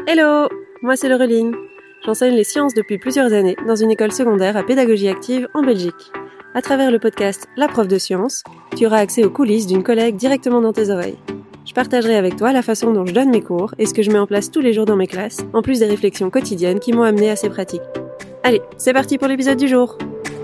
Hello, moi c'est Laureline. J'enseigne les sciences depuis plusieurs années dans une école secondaire à pédagogie active en Belgique. À travers le podcast La prof de sciences, tu auras accès aux coulisses d'une collègue directement dans tes oreilles. Je partagerai avec toi la façon dont je donne mes cours et ce que je mets en place tous les jours dans mes classes, en plus des réflexions quotidiennes qui m'ont amené à ces pratiques. Allez, c'est parti pour l'épisode du jour.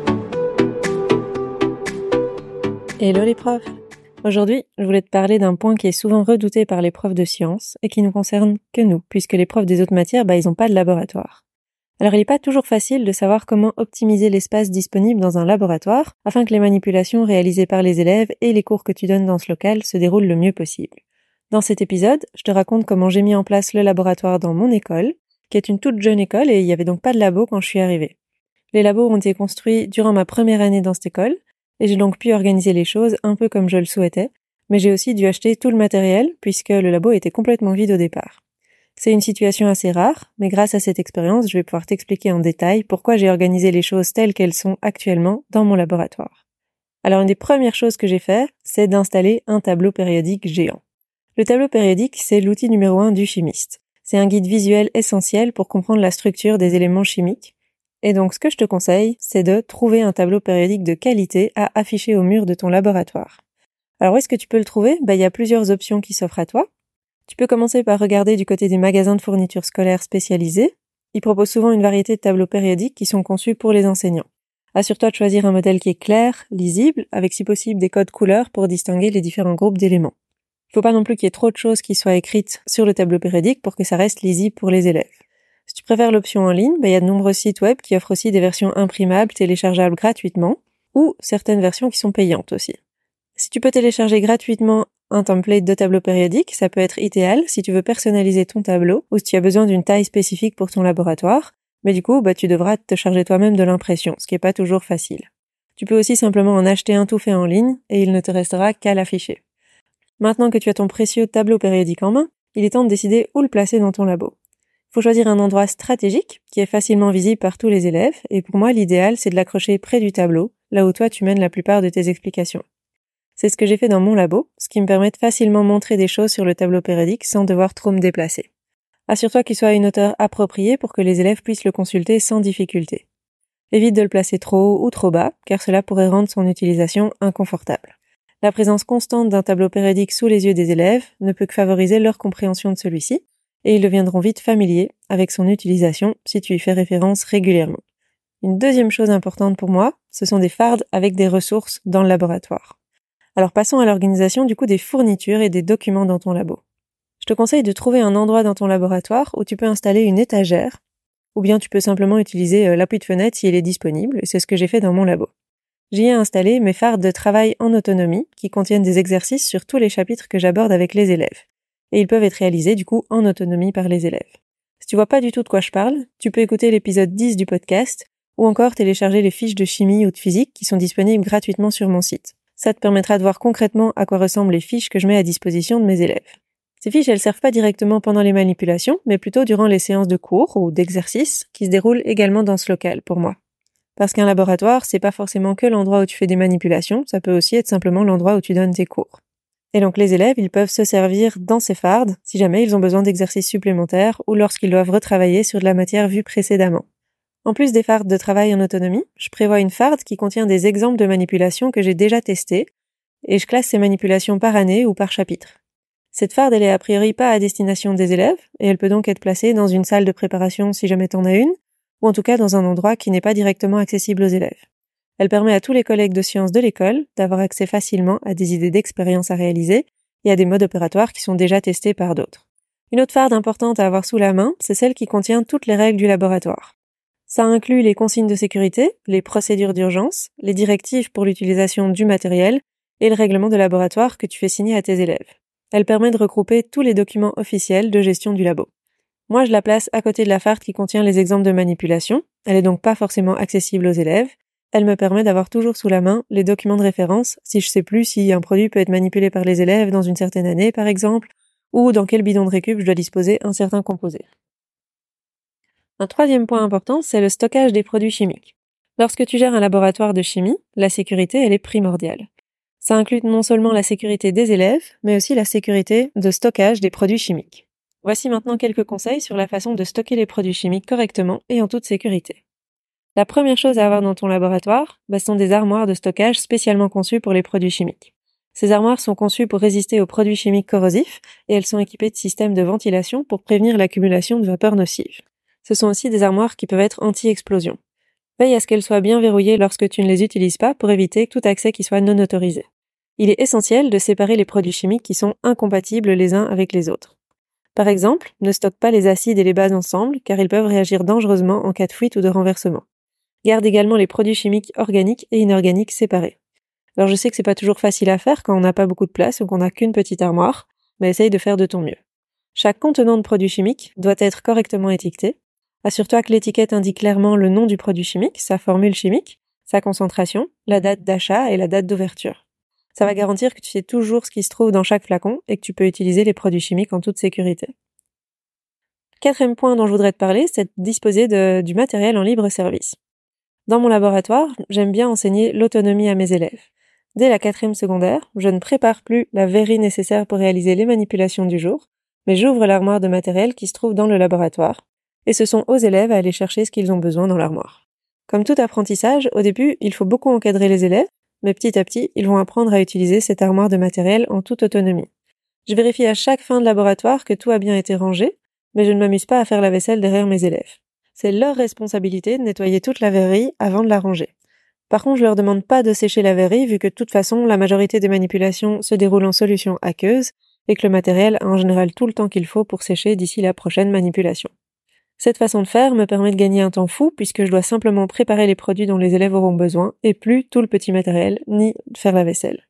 Hello les profs. Aujourd'hui, je voulais te parler d'un point qui est souvent redouté par les profs de sciences et qui nous concerne que nous, puisque les profs des autres matières, ils n'ont pas de laboratoire. Alors il n'est pas toujours facile de savoir comment optimiser l'espace disponible dans un laboratoire afin que les manipulations réalisées par les élèves et les cours que tu donnes dans ce local se déroulent le mieux possible. Dans cet épisode, je te raconte comment j'ai mis en place le laboratoire dans mon école, qui est une toute jeune école et il n'y avait donc pas de labo quand je suis arrivée. Les labos ont été construits durant ma première année dans cette école, et j'ai donc pu organiser les choses un peu comme je le souhaitais, mais j'ai aussi dû acheter tout le matériel puisque le labo était complètement vide au départ. C'est une situation assez rare, mais grâce à cette expérience, je vais pouvoir t'expliquer en détail pourquoi j'ai organisé les choses telles qu'elles sont actuellement dans mon laboratoire. Alors une des premières choses que j'ai fait, c'est d'installer un tableau périodique géant. Le tableau périodique, c'est l'outil numéro 1 du chimiste. C'est un guide visuel essentiel pour comprendre la structure des éléments chimiques. Et donc, ce que je te conseille, c'est de trouver un tableau périodique de qualité à afficher au mur de ton laboratoire. Alors, où est-ce que tu peux le trouver ? Il y a plusieurs options qui s'offrent à toi. Tu peux commencer par regarder du côté des magasins de fournitures scolaires spécialisés. Ils proposent souvent une variété de tableaux périodiques qui sont conçus pour les enseignants. Assure-toi de choisir un modèle qui est clair, lisible, avec si possible des codes couleurs pour distinguer les différents groupes d'éléments. Il ne faut pas non plus qu'il y ait trop de choses qui soient écrites sur le tableau périodique pour que ça reste lisible pour les élèves. Si tu préfères l'option en ligne, il y a de nombreux sites web qui offrent aussi des versions imprimables, téléchargeables gratuitement, ou certaines versions qui sont payantes aussi. Si tu peux télécharger gratuitement un template de tableau périodique, ça peut être idéal si tu veux personnaliser ton tableau ou si tu as besoin d'une taille spécifique pour ton laboratoire, mais du coup, tu devras te charger toi-même de l'impression, ce qui n'est pas toujours facile. Tu peux aussi simplement en acheter un tout fait en ligne et il ne te restera qu'à l'afficher. Maintenant que tu as ton précieux tableau périodique en main, il est temps de décider où le placer dans ton labo. Il faut choisir un endroit stratégique qui est facilement visible par tous les élèves et pour moi l'idéal c'est de l'accrocher près du tableau, là où toi tu mènes la plupart de tes explications. C'est ce que j'ai fait dans mon labo, ce qui me permet de facilement montrer des choses sur le tableau périodique sans devoir trop me déplacer. Assure-toi qu'il soit à une hauteur appropriée pour que les élèves puissent le consulter sans difficulté. Évite de le placer trop haut ou trop bas car cela pourrait rendre son utilisation inconfortable. La présence constante d'un tableau périodique sous les yeux des élèves ne peut que favoriser leur compréhension de celui-ci, et ils deviendront vite familiers avec son utilisation si tu y fais référence régulièrement. Une deuxième chose importante pour moi, ce sont des fardes avec des ressources dans le laboratoire. Alors passons à l'organisation des fournitures et des documents dans ton labo. Je te conseille de trouver un endroit dans ton laboratoire où tu peux installer une étagère, ou bien tu peux simplement utiliser l'appui de fenêtre si elle est disponible, et c'est ce que j'ai fait dans mon labo. J'y ai installé mes fardes de travail en autonomie qui contiennent des exercices sur tous les chapitres que j'aborde avec les élèves. Et ils peuvent être réalisés en autonomie par les élèves. Si tu vois pas du tout de quoi je parle, tu peux écouter l'épisode 10 du podcast ou encore télécharger les fiches de chimie ou de physique qui sont disponibles gratuitement sur mon site. Ça te permettra de voir concrètement à quoi ressemblent les fiches que je mets à disposition de mes élèves. Ces fiches, elles servent pas directement pendant les manipulations, mais plutôt durant les séances de cours ou d'exercices qui se déroulent également dans ce local pour moi. Parce qu'un laboratoire, c'est pas forcément que l'endroit où tu fais des manipulations, ça peut aussi être simplement l'endroit où tu donnes tes cours. Et donc les élèves, ils peuvent se servir dans ces fardes si jamais ils ont besoin d'exercices supplémentaires ou lorsqu'ils doivent retravailler sur de la matière vue précédemment. En plus des fardes de travail en autonomie, je prévois une farde qui contient des exemples de manipulations que j'ai déjà testées et je classe ces manipulations par année ou par chapitre. Cette farde, elle est a priori pas à destination des élèves et elle peut donc être placée dans une salle de préparation si jamais t'en as une ou en tout cas dans un endroit qui n'est pas directement accessible aux élèves. Elle permet à tous les collègues de sciences de l'école d'avoir accès facilement à des idées d'expérience à réaliser et à des modes opératoires qui sont déjà testés par d'autres. Une autre farde importante à avoir sous la main, c'est celle qui contient toutes les règles du laboratoire. Ça inclut les consignes de sécurité, les procédures d'urgence, les directives pour l'utilisation du matériel et le règlement de laboratoire que tu fais signer à tes élèves. Elle permet de regrouper tous les documents officiels de gestion du labo. Moi, je la place à côté de la farde qui contient les exemples de manipulation. Elle est donc pas forcément accessible aux élèves. Elle me permet d'avoir toujours sous la main les documents de référence si je sais plus si un produit peut être manipulé par les élèves dans une certaine année, par exemple, ou dans quel bidon de récup je dois disposer un certain composé. Un troisième point important, c'est le stockage des produits chimiques. Lorsque tu gères un laboratoire de chimie, la sécurité, elle est primordiale. Ça inclut non seulement la sécurité des élèves, mais aussi la sécurité de stockage des produits chimiques. Voici maintenant quelques conseils sur la façon de stocker les produits chimiques correctement et en toute sécurité. La première chose à avoir dans ton laboratoire, sont des armoires de stockage spécialement conçues pour les produits chimiques. Ces armoires sont conçues pour résister aux produits chimiques corrosifs et elles sont équipées de systèmes de ventilation pour prévenir l'accumulation de vapeurs nocives. Ce sont aussi des armoires qui peuvent être anti-explosion. Veille à ce qu'elles soient bien verrouillées lorsque tu ne les utilises pas pour éviter tout accès qui soit non autorisé. Il est essentiel de séparer les produits chimiques qui sont incompatibles les uns avec les autres. Par exemple, ne stocke pas les acides et les bases ensemble car ils peuvent réagir dangereusement en cas de fuite ou de renversement. Garde également les produits chimiques organiques et inorganiques séparés. Alors je sais que c'est pas toujours facile à faire quand on n'a pas beaucoup de place ou qu'on n'a qu'une petite armoire, mais essaye de faire de ton mieux. Chaque contenant de produit chimique doit être correctement étiqueté. Assure-toi que l'étiquette indique clairement le nom du produit chimique, sa formule chimique, sa concentration, la date d'achat et la date d'ouverture. Ça va garantir que tu sais toujours ce qui se trouve dans chaque flacon et que tu peux utiliser les produits chimiques en toute sécurité. Quatrième point dont je voudrais te parler, c'est de disposer du matériel en libre service. Dans mon laboratoire, j'aime bien enseigner l'autonomie à mes élèves. Dès la 4e secondaire, je ne prépare plus la verrie nécessaire pour réaliser les manipulations du jour, mais j'ouvre l'armoire de matériel qui se trouve dans le laboratoire, et ce sont aux élèves à aller chercher ce qu'ils ont besoin dans l'armoire. Comme tout apprentissage, au début, il faut beaucoup encadrer les élèves, mais petit à petit, ils vont apprendre à utiliser cette armoire de matériel en toute autonomie. Je vérifie à chaque fin de laboratoire que tout a bien été rangé, mais je ne m'amuse pas à faire la vaisselle derrière mes élèves. C'est leur responsabilité de nettoyer toute la verrerie avant de la ranger. Par contre, je leur demande pas de sécher la verrerie vu que de toute façon, la majorité des manipulations se déroulent en solution aqueuse et que le matériel a en général tout le temps qu'il faut pour sécher d'ici la prochaine manipulation. Cette façon de faire me permet de gagner un temps fou puisque je dois simplement préparer les produits dont les élèves auront besoin et plus tout le petit matériel ni faire la vaisselle.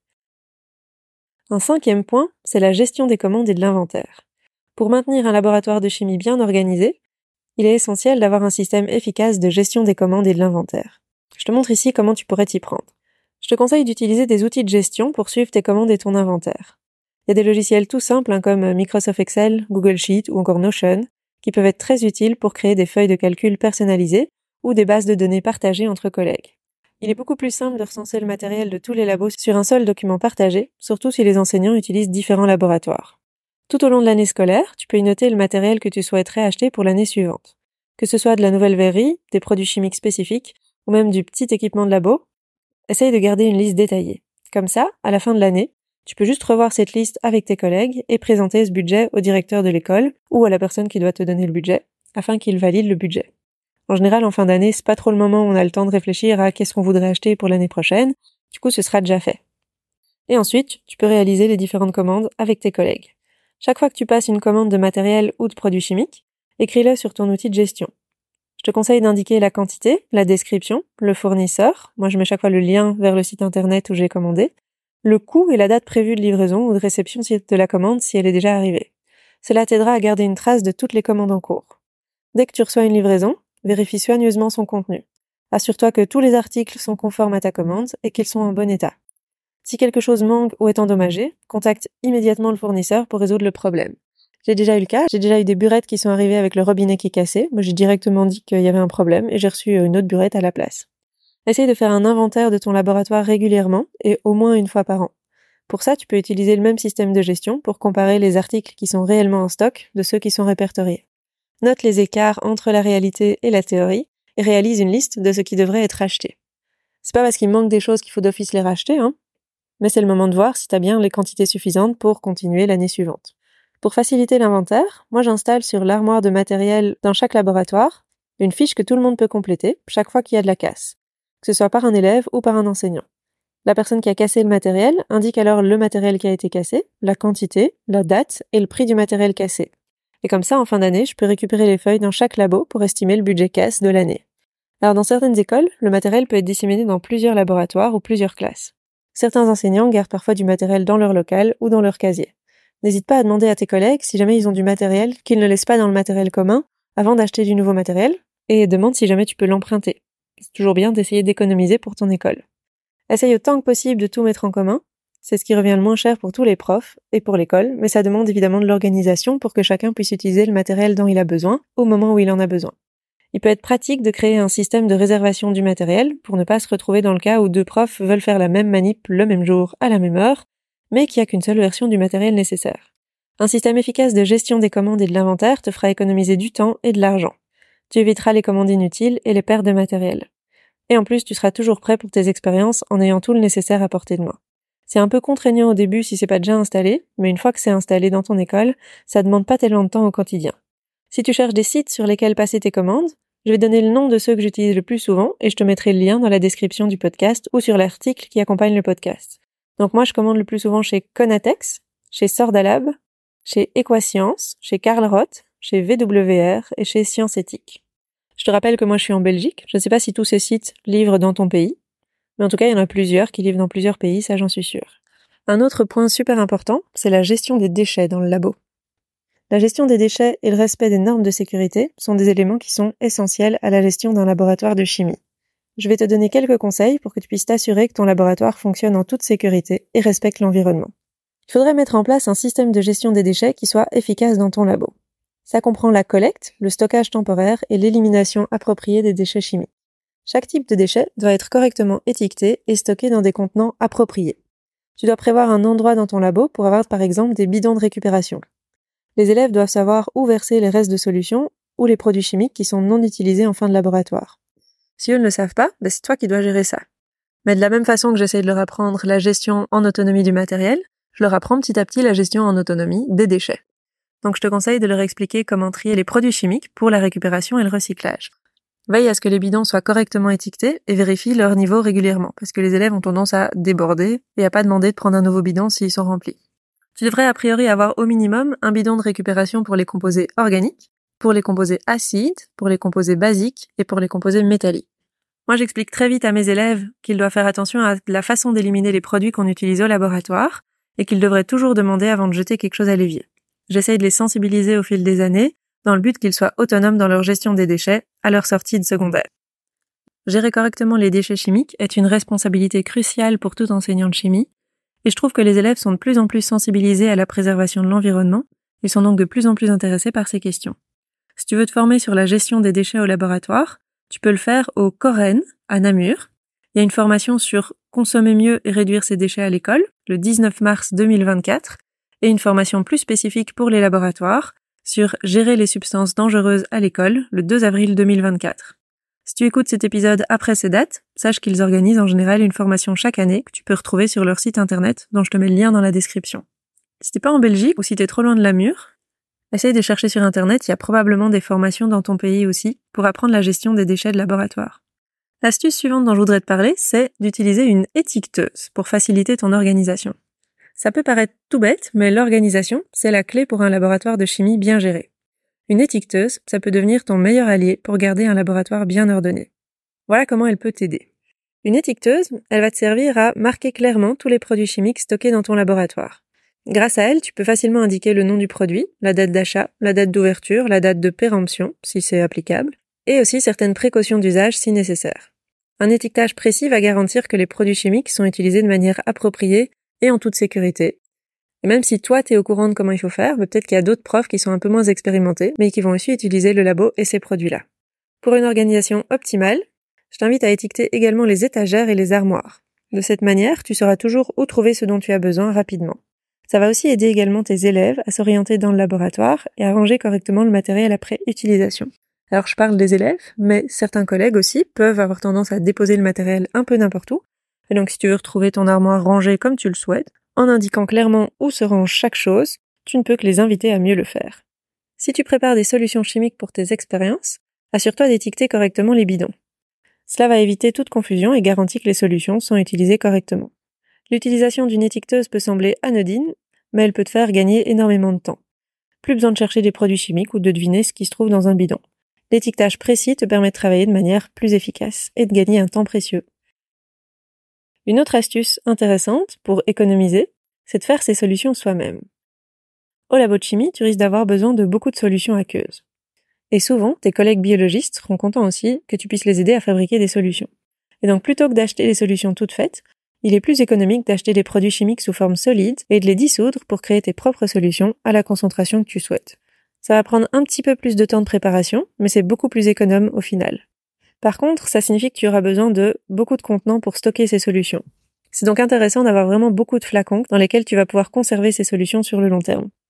Un 5e point, c'est la gestion des commandes et de l'inventaire. Pour maintenir un laboratoire de chimie bien organisé, il est essentiel d'avoir un système efficace de gestion des commandes et de l'inventaire. Je te montre ici comment tu pourrais t'y prendre. Je te conseille d'utiliser des outils de gestion pour suivre tes commandes et ton inventaire. Il y a des logiciels tout simples comme Microsoft Excel, Google Sheet ou encore Notion qui peuvent être très utiles pour créer des feuilles de calcul personnalisées ou des bases de données partagées entre collègues. Il est beaucoup plus simple de recenser le matériel de tous les labos sur un seul document partagé, surtout si les enseignants utilisent différents laboratoires. Tout au long de l'année scolaire, tu peux y noter le matériel que tu souhaiterais acheter pour l'année suivante. Que ce soit de la nouvelle verrerie, des produits chimiques spécifiques, ou même du petit équipement de labo, essaye de garder une liste détaillée. Comme ça, à la fin de l'année, tu peux juste revoir cette liste avec tes collègues et présenter ce budget au directeur de l'école ou à la personne qui doit te donner le budget, afin qu'il valide le budget. En général, en fin d'année, c'est pas trop le moment où on a le temps de réfléchir à qu'est-ce qu'on voudrait acheter pour l'année prochaine, du coup ce sera déjà fait. Et ensuite, tu peux réaliser les différentes commandes avec tes collègues. Chaque fois que tu passes une commande de matériel ou de produits chimiques, écris-le sur ton outil de gestion. Je te conseille d'indiquer la quantité, la description, le fournisseur, moi je mets chaque fois le lien vers le site internet où j'ai commandé, le coût et la date prévue de livraison ou de réception de la commande si elle est déjà arrivée. Cela t'aidera à garder une trace de toutes les commandes en cours. Dès que tu reçois une livraison, vérifie soigneusement son contenu. Assure-toi que tous les articles sont conformes à ta commande et qu'ils sont en bon état. Si quelque chose manque ou est endommagé, contacte immédiatement le fournisseur pour résoudre le problème. J'ai déjà eu le cas, j'ai déjà eu des burettes qui sont arrivées avec le robinet qui est cassé. Moi, j'ai directement dit qu'il y avait un problème et j'ai reçu une autre burette à la place. Essaye de faire un inventaire de ton laboratoire régulièrement et au moins une fois par an. Pour ça, tu peux utiliser le même système de gestion pour comparer les articles qui sont réellement en stock de ceux qui sont répertoriés. Note les écarts entre la réalité et la théorie et réalise une liste de ce qui devrait être acheté. C'est pas parce qu'il manque des choses qu'il faut d'office les racheter, mais c'est le moment de voir si tu as bien les quantités suffisantes pour continuer l'année suivante. Pour faciliter l'inventaire, moi j'installe sur l'armoire de matériel dans chaque laboratoire une fiche que tout le monde peut compléter chaque fois qu'il y a de la casse, que ce soit par un élève ou par un enseignant. La personne qui a cassé le matériel indique alors le matériel qui a été cassé, la quantité, la date et le prix du matériel cassé. Et comme ça, en fin d'année, je peux récupérer les feuilles dans chaque labo pour estimer le budget casse de l'année. Alors dans certaines écoles, le matériel peut être disséminé dans plusieurs laboratoires ou plusieurs classes. Certains enseignants gardent parfois du matériel dans leur local ou dans leur casier. N'hésite pas à demander à tes collègues si jamais ils ont du matériel qu'ils ne laissent pas dans le matériel commun avant d'acheter du nouveau matériel et demande si jamais tu peux l'emprunter. C'est toujours bien d'essayer d'économiser pour ton école. Essaye autant que possible de tout mettre en commun. C'est ce qui revient le moins cher pour tous les profs et pour l'école, mais ça demande évidemment de l'organisation pour que chacun puisse utiliser le matériel dont il a besoin au moment où il en a besoin. Il peut être pratique de créer un système de réservation du matériel pour ne pas se retrouver dans le cas où deux profs veulent faire la même manip le même jour à la même heure, mais qu'il n'y a qu'une seule version du matériel nécessaire. Un système efficace de gestion des commandes et de l'inventaire te fera économiser du temps et de l'argent. Tu éviteras les commandes inutiles et les pertes de matériel. Et en plus, tu seras toujours prêt pour tes expériences en ayant tout le nécessaire à portée de main. C'est un peu contraignant au début si c'est pas déjà installé, mais une fois que c'est installé dans ton école, ça demande pas tellement de temps au quotidien. Si tu cherches des sites sur lesquels passer tes commandes, je vais donner le nom de ceux que j'utilise le plus souvent et je te mettrai le lien dans la description du podcast ou sur l'article qui accompagne le podcast. Donc moi, je commande le plus souvent chez Conatex, chez Sordalab, chez Equascience, chez Karl Roth, chez VWR et chez Science Éthique. Je te rappelle que moi je suis en Belgique, je ne sais pas si tous ces sites livrent dans ton pays, mais en tout cas il y en a plusieurs qui livrent dans plusieurs pays, ça j'en suis sûre. Un autre point super important, c'est la gestion des déchets dans le labo. La gestion des déchets et le respect des normes de sécurité sont des éléments qui sont essentiels à la gestion d'un laboratoire de chimie. Je vais te donner quelques conseils pour que tu puisses t'assurer que ton laboratoire fonctionne en toute sécurité et respecte l'environnement. Il faudrait mettre en place un système de gestion des déchets qui soit efficace dans ton labo. Ça comprend la collecte, le stockage temporaire et l'élimination appropriée des déchets chimiques. Chaque type de déchet doit être correctement étiqueté et stocké dans des contenants appropriés. Tu dois prévoir un endroit dans ton labo pour avoir par exemple des bidons de récupération. Les élèves doivent savoir où verser les restes de solutions ou les produits chimiques qui sont non utilisés en fin de laboratoire. Si eux ne le savent pas, c'est toi qui dois gérer ça. Mais de la même façon que j'essaie de leur apprendre la gestion en autonomie du matériel, je leur apprends petit à petit la gestion en autonomie des déchets. Donc je te conseille de leur expliquer comment trier les produits chimiques pour la récupération et le recyclage. Veille à ce que les bidons soient correctement étiquetés et vérifie leur niveau régulièrement, parce que les élèves ont tendance à déborder et à pas demander de prendre un nouveau bidon s'ils sont remplis. Tu devrais a priori avoir au minimum un bidon de récupération pour les composés organiques, pour les composés acides, pour les composés basiques et pour les composés métalliques. Moi j'explique très vite à mes élèves qu'ils doivent faire attention à la façon d'éliminer les produits qu'on utilise au laboratoire et qu'ils devraient toujours demander avant de jeter quelque chose à l'évier. J'essaye de les sensibiliser au fil des années, dans le but qu'ils soient autonomes dans leur gestion des déchets à leur sortie de secondaire. Gérer correctement les déchets chimiques est une responsabilité cruciale pour tout enseignant de chimie, et je trouve que les élèves sont de plus en plus sensibilisés à la préservation de l'environnement, ils sont donc de plus en plus intéressés par ces questions. Si tu veux te former sur la gestion des déchets au laboratoire, tu peux le faire au Coren, à Namur. Il y a une formation sur consommer mieux et réduire ses déchets à l'école, le 19 mars 2024, et une formation plus spécifique pour les laboratoires sur gérer les substances dangereuses à l'école, le 2 avril 2024. Si tu écoutes cet épisode après ces dates, sache qu'ils organisent en général une formation chaque année que tu peux retrouver sur leur site internet, dont je te mets le lien dans la description. Si t'es pas en Belgique ou si t'es trop loin de Namur, essaye de chercher sur internet, il y a probablement des formations dans ton pays aussi pour apprendre la gestion des déchets de laboratoire. L'astuce suivante dont je voudrais te parler, c'est d'utiliser une étiqueteuse pour faciliter ton organisation. Ça peut paraître tout bête, mais l'organisation, c'est la clé pour un laboratoire de chimie bien géré. Une étiqueteuse, ça peut devenir ton meilleur allié pour garder un laboratoire bien ordonné. Voilà comment elle peut t'aider. Une étiqueteuse, elle va te servir à marquer clairement tous les produits chimiques stockés dans ton laboratoire. Grâce à elle, tu peux facilement indiquer le nom du produit, la date d'achat, la date d'ouverture, la date de péremption, si c'est applicable, et aussi certaines précautions d'usage si nécessaire. Un étiquetage précis va garantir que les produits chimiques sont utilisés de manière appropriée et en toute sécurité. Et même si toi t'es au courant de comment il faut faire, peut-être qu'il y a d'autres profs qui sont un peu moins expérimentés, mais qui vont aussi utiliser le labo et ces produits-là. Pour une organisation optimale, je t'invite à étiqueter également les étagères et les armoires. De cette manière, tu sauras toujours où trouver ce dont tu as besoin rapidement. Ça va aussi aider également tes élèves à s'orienter dans le laboratoire et à ranger correctement le matériel après utilisation. Alors je parle des élèves, mais certains collègues aussi peuvent avoir tendance à déposer le matériel un peu n'importe où. Et donc si tu veux retrouver ton armoire rangée comme tu le souhaites, en indiquant clairement où se range chaque chose, tu ne peux que les inviter à mieux le faire. Si tu prépares des solutions chimiques pour tes expériences, assure-toi d'étiqueter correctement les bidons. Cela va éviter toute confusion et garantit que les solutions sont utilisées correctement. L'utilisation d'une étiqueteuse peut sembler anodine, mais elle peut te faire gagner énormément de temps. Plus besoin de chercher des produits chimiques ou de deviner ce qui se trouve dans un bidon. L'étiquetage précis te permet de travailler de manière plus efficace et de gagner un temps précieux. Une autre astuce intéressante pour économiser, c'est de faire ces solutions soi-même. Au labo de chimie, tu risques d'avoir besoin de beaucoup de solutions aqueuses. Et souvent, tes collègues biologistes seront contents aussi que tu puisses les aider à fabriquer des solutions. Et donc plutôt que d'acheter les solutions toutes faites, il est plus économique d'acheter des produits chimiques sous forme solide et de les dissoudre pour créer tes propres solutions à la concentration que tu souhaites. Ça va prendre un petit peu plus de temps de préparation, mais c'est beaucoup plus économe au final. Par contre, ça signifie que tu auras besoin de beaucoup de contenants pour stocker ces solutions. C'est donc intéressant d'avoir vraiment beaucoup de flacons dans lesquels tu vas pouvoir conserver ces solutions sur le long terme.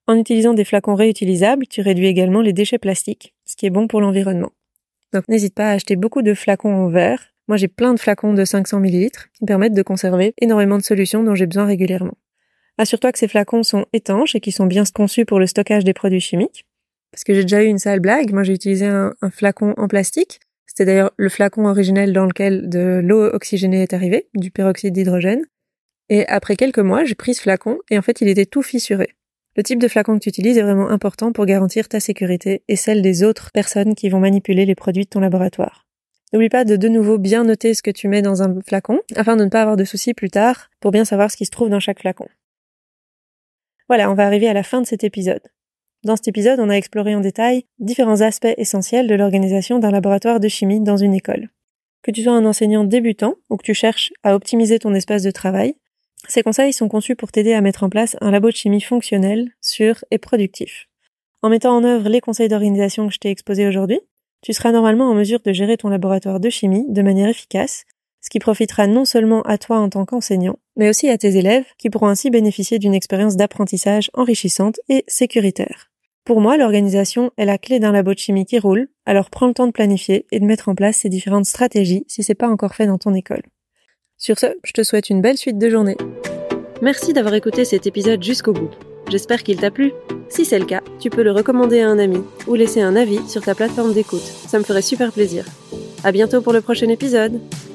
En utilisant des flacons réutilisables, tu réduis également les déchets plastiques, ce qui est bon pour l'environnement. Donc n'hésite pas à acheter beaucoup de flacons en verre. Moi j'ai plein de flacons de 500 ml qui me permettent de conserver énormément de solutions dont j'ai besoin régulièrement. Assure-toi que ces flacons sont étanches et qu'ils sont bien conçus pour le stockage des produits chimiques. Parce que j'ai déjà eu une sale blague, moi j'ai utilisé un flacon en plastique. C'était d'ailleurs le flacon originel dans lequel de l'eau oxygénée est arrivée, du peroxyde d'hydrogène. Et après quelques mois, j'ai pris ce flacon et en fait il était tout fissuré. Le type de flacon que tu utilises est vraiment important pour garantir ta sécurité et celle des autres personnes qui vont manipuler les produits de ton laboratoire. N'oublie pas de nouveau bien noter ce que tu mets dans un flacon afin de ne pas avoir de soucis plus tard pour bien savoir ce qui se trouve dans chaque flacon. Voilà, on va arriver à la fin de cet épisode. Dans cet épisode, on a exploré en détail différents aspects essentiels de l'organisation d'un laboratoire de chimie dans une école. Que tu sois un enseignant débutant ou que tu cherches à optimiser ton espace de travail, ces conseils sont conçus pour t'aider à mettre en place un labo de chimie fonctionnel, sûr et productif. En mettant en œuvre les conseils d'organisation que je t'ai exposés aujourd'hui, tu seras normalement en mesure de gérer ton laboratoire de chimie de manière efficace, ce qui profitera non seulement à toi en tant qu'enseignant, mais aussi à tes élèves qui pourront ainsi bénéficier d'une expérience d'apprentissage enrichissante et sécuritaire. Pour moi, l'organisation est la clé d'un labo de chimie qui roule, alors prends le temps de planifier et de mettre en place ces différentes stratégies si c'est pas encore fait dans ton école. Sur ce, je te souhaite une belle suite de journée. Merci d'avoir écouté cet épisode jusqu'au bout. J'espère qu'il t'a plu. Si c'est le cas, tu peux le recommander à un ami ou laisser un avis sur ta plateforme d'écoute. Ça me ferait super plaisir. À bientôt pour le prochain épisode.